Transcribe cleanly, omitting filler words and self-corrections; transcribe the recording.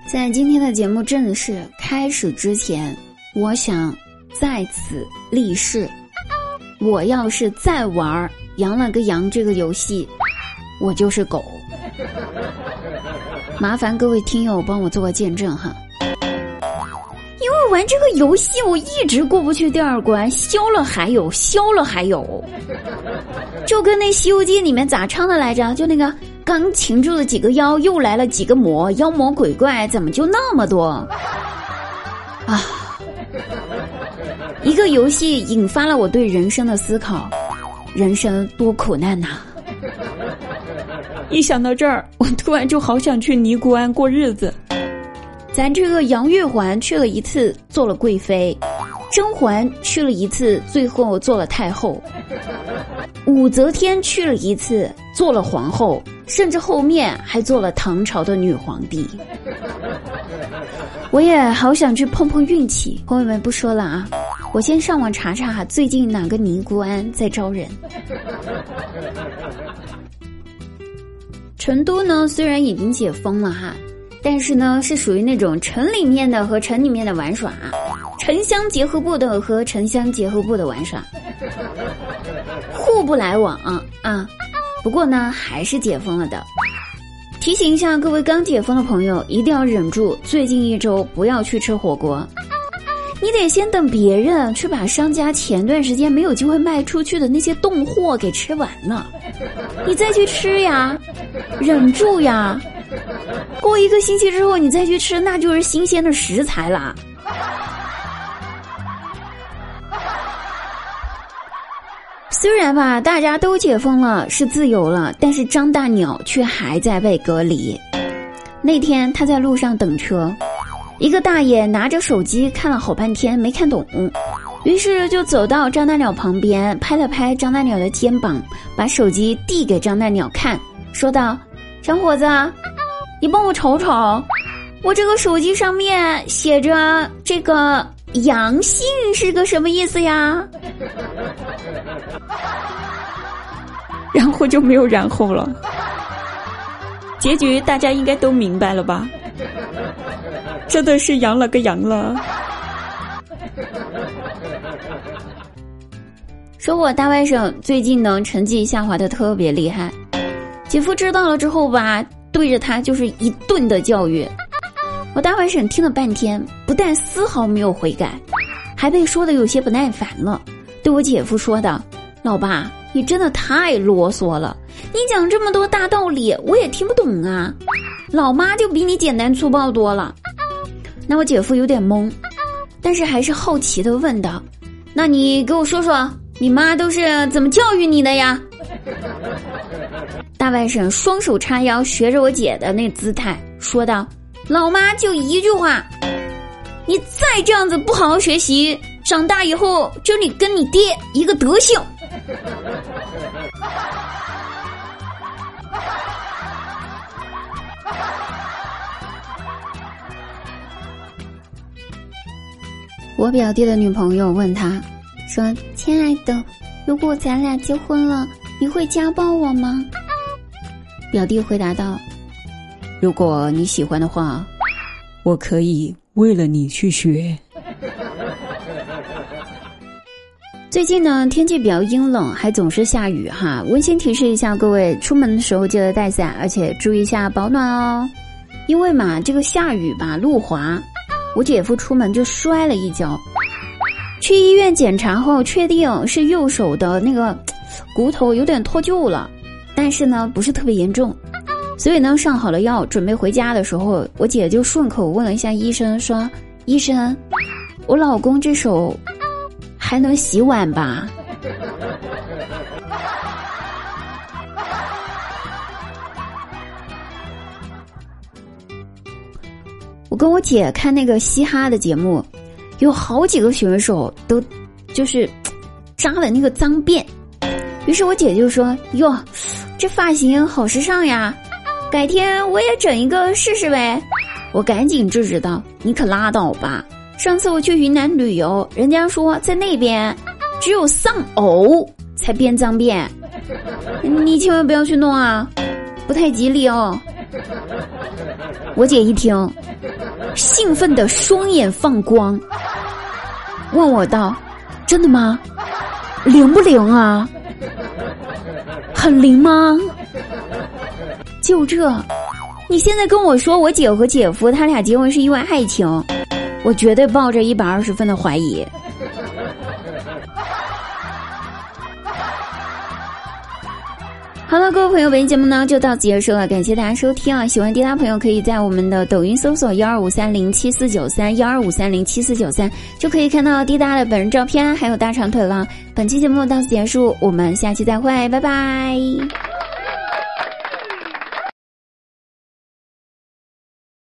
在今天的节目正式开始之前，我想在此立誓，我要是再玩羊了个羊这个游戏，我就是狗。麻烦各位听友帮我做个见证哈。因为玩这个游戏我一直过不去第二关，消了还有，消了还有，就跟那《西游记》里面咋唱的来着？就那个刚擒住了几个妖，又来了几个魔，妖魔鬼怪怎么就那么多啊？一个游戏引发了我对人生的思考，人生多苦难呐！一想到这儿，我突然就好想去尼姑庵过日子。咱这个杨玉环去了一次做了贵妃，甄嬛去了一次最后做了太后，武则天去了一次做了皇后，甚至后面还做了唐朝的女皇帝。我也好想去碰碰运气，朋友们不说了啊，我先上网查查最近哪个尼姑庵在招人。成都呢虽然已经解封了哈，但是呢是属于那种城里面的和城里面的玩耍，城乡结合部的和城乡结合部的玩耍，互不来往啊。不过呢还是解封了的。提醒一下各位刚解封的朋友，一定要忍住最近一周不要去吃火锅，你得先等别人去把商家前段时间没有机会卖出去的那些冻货给吃完了，你再去吃呀，忍住呀，过1个星期之后你再去吃，那就是新鲜的食材啦。虽然吧大家都解封了，是自由了，但是张大鸟却还在被隔离。那天他在路上等车，一个大爷拿着手机看了好半天没看懂，于是就走到张大鸟旁边，拍了拍张大鸟的肩膀，把手机递给张大鸟看，说道：小伙子，你帮我瞅瞅，我这个手机上面写着这个阳性是个什么意思呀？然后就没有然后了，结局大家应该都明白了吧？真的是阳了个阳了。说我大外甥最近呢成绩下滑的特别厉害，姐夫知道了之后吧，对着他就是一顿的教育。我大外甥听了半天，不但丝毫没有悔改，还被说的有些不耐烦了，对我姐夫说道：老爸，你真的太啰嗦了，你讲这么多大道理我也听不懂啊，老妈就比你简单粗暴多了。那我姐夫有点懵，但是还是好奇地问道：那你给我说说你妈都是怎么教育你的呀？大外甥双手叉腰，学着我姐的那姿态说道：老妈就一句话，你再这样子不好好学习，长大以后就你跟你爹一个德行。我表弟的女朋友问他说：亲爱的，如果咱俩结婚了，你会家暴我吗？表弟回答道：如果你喜欢的话，我可以为了你去学。最近呢天气比较阴冷，还总是下雨哈，温馨提示一下各位，出门的时候记得带伞，而且注意一下保暖哦。因为嘛这个下雨吧路滑，我姐夫出门就摔了一跤，去医院检查后确定是右手的那个骨头有点脱臼了，但是呢不是特别严重，所以呢上好了药准备回家的时候，我姐就顺口问了一下医生说：医生，我老公这手还能洗碗吧？我跟我姐看那个嘻哈的节目，有好几个选手都就是扎了那个脏辫，于是我姐就说：哟，这发型好时尚呀，改天我也整一个试试呗。我赶紧制止道：你可拉倒吧，上次我去云南旅游，人家说在那边只有丧偶才编脏辫，你千万不要去弄啊，不太吉利哦。我姐一听， 兴奋的双眼放光，问我道：真的吗？灵不灵啊？很灵吗？就这，你现在跟我说我姐和姐夫他俩结婚是意外爱情，我绝对抱着120分的怀疑。好了，各位朋友，本期节目呢就到此结束了，感谢大家收听啊！喜欢滴答朋友可以在我们的抖音搜索125307493，125307493，就可以看到滴答的本人照片还有大长腿了。本期节目到此结束，我们下期再会，拜拜。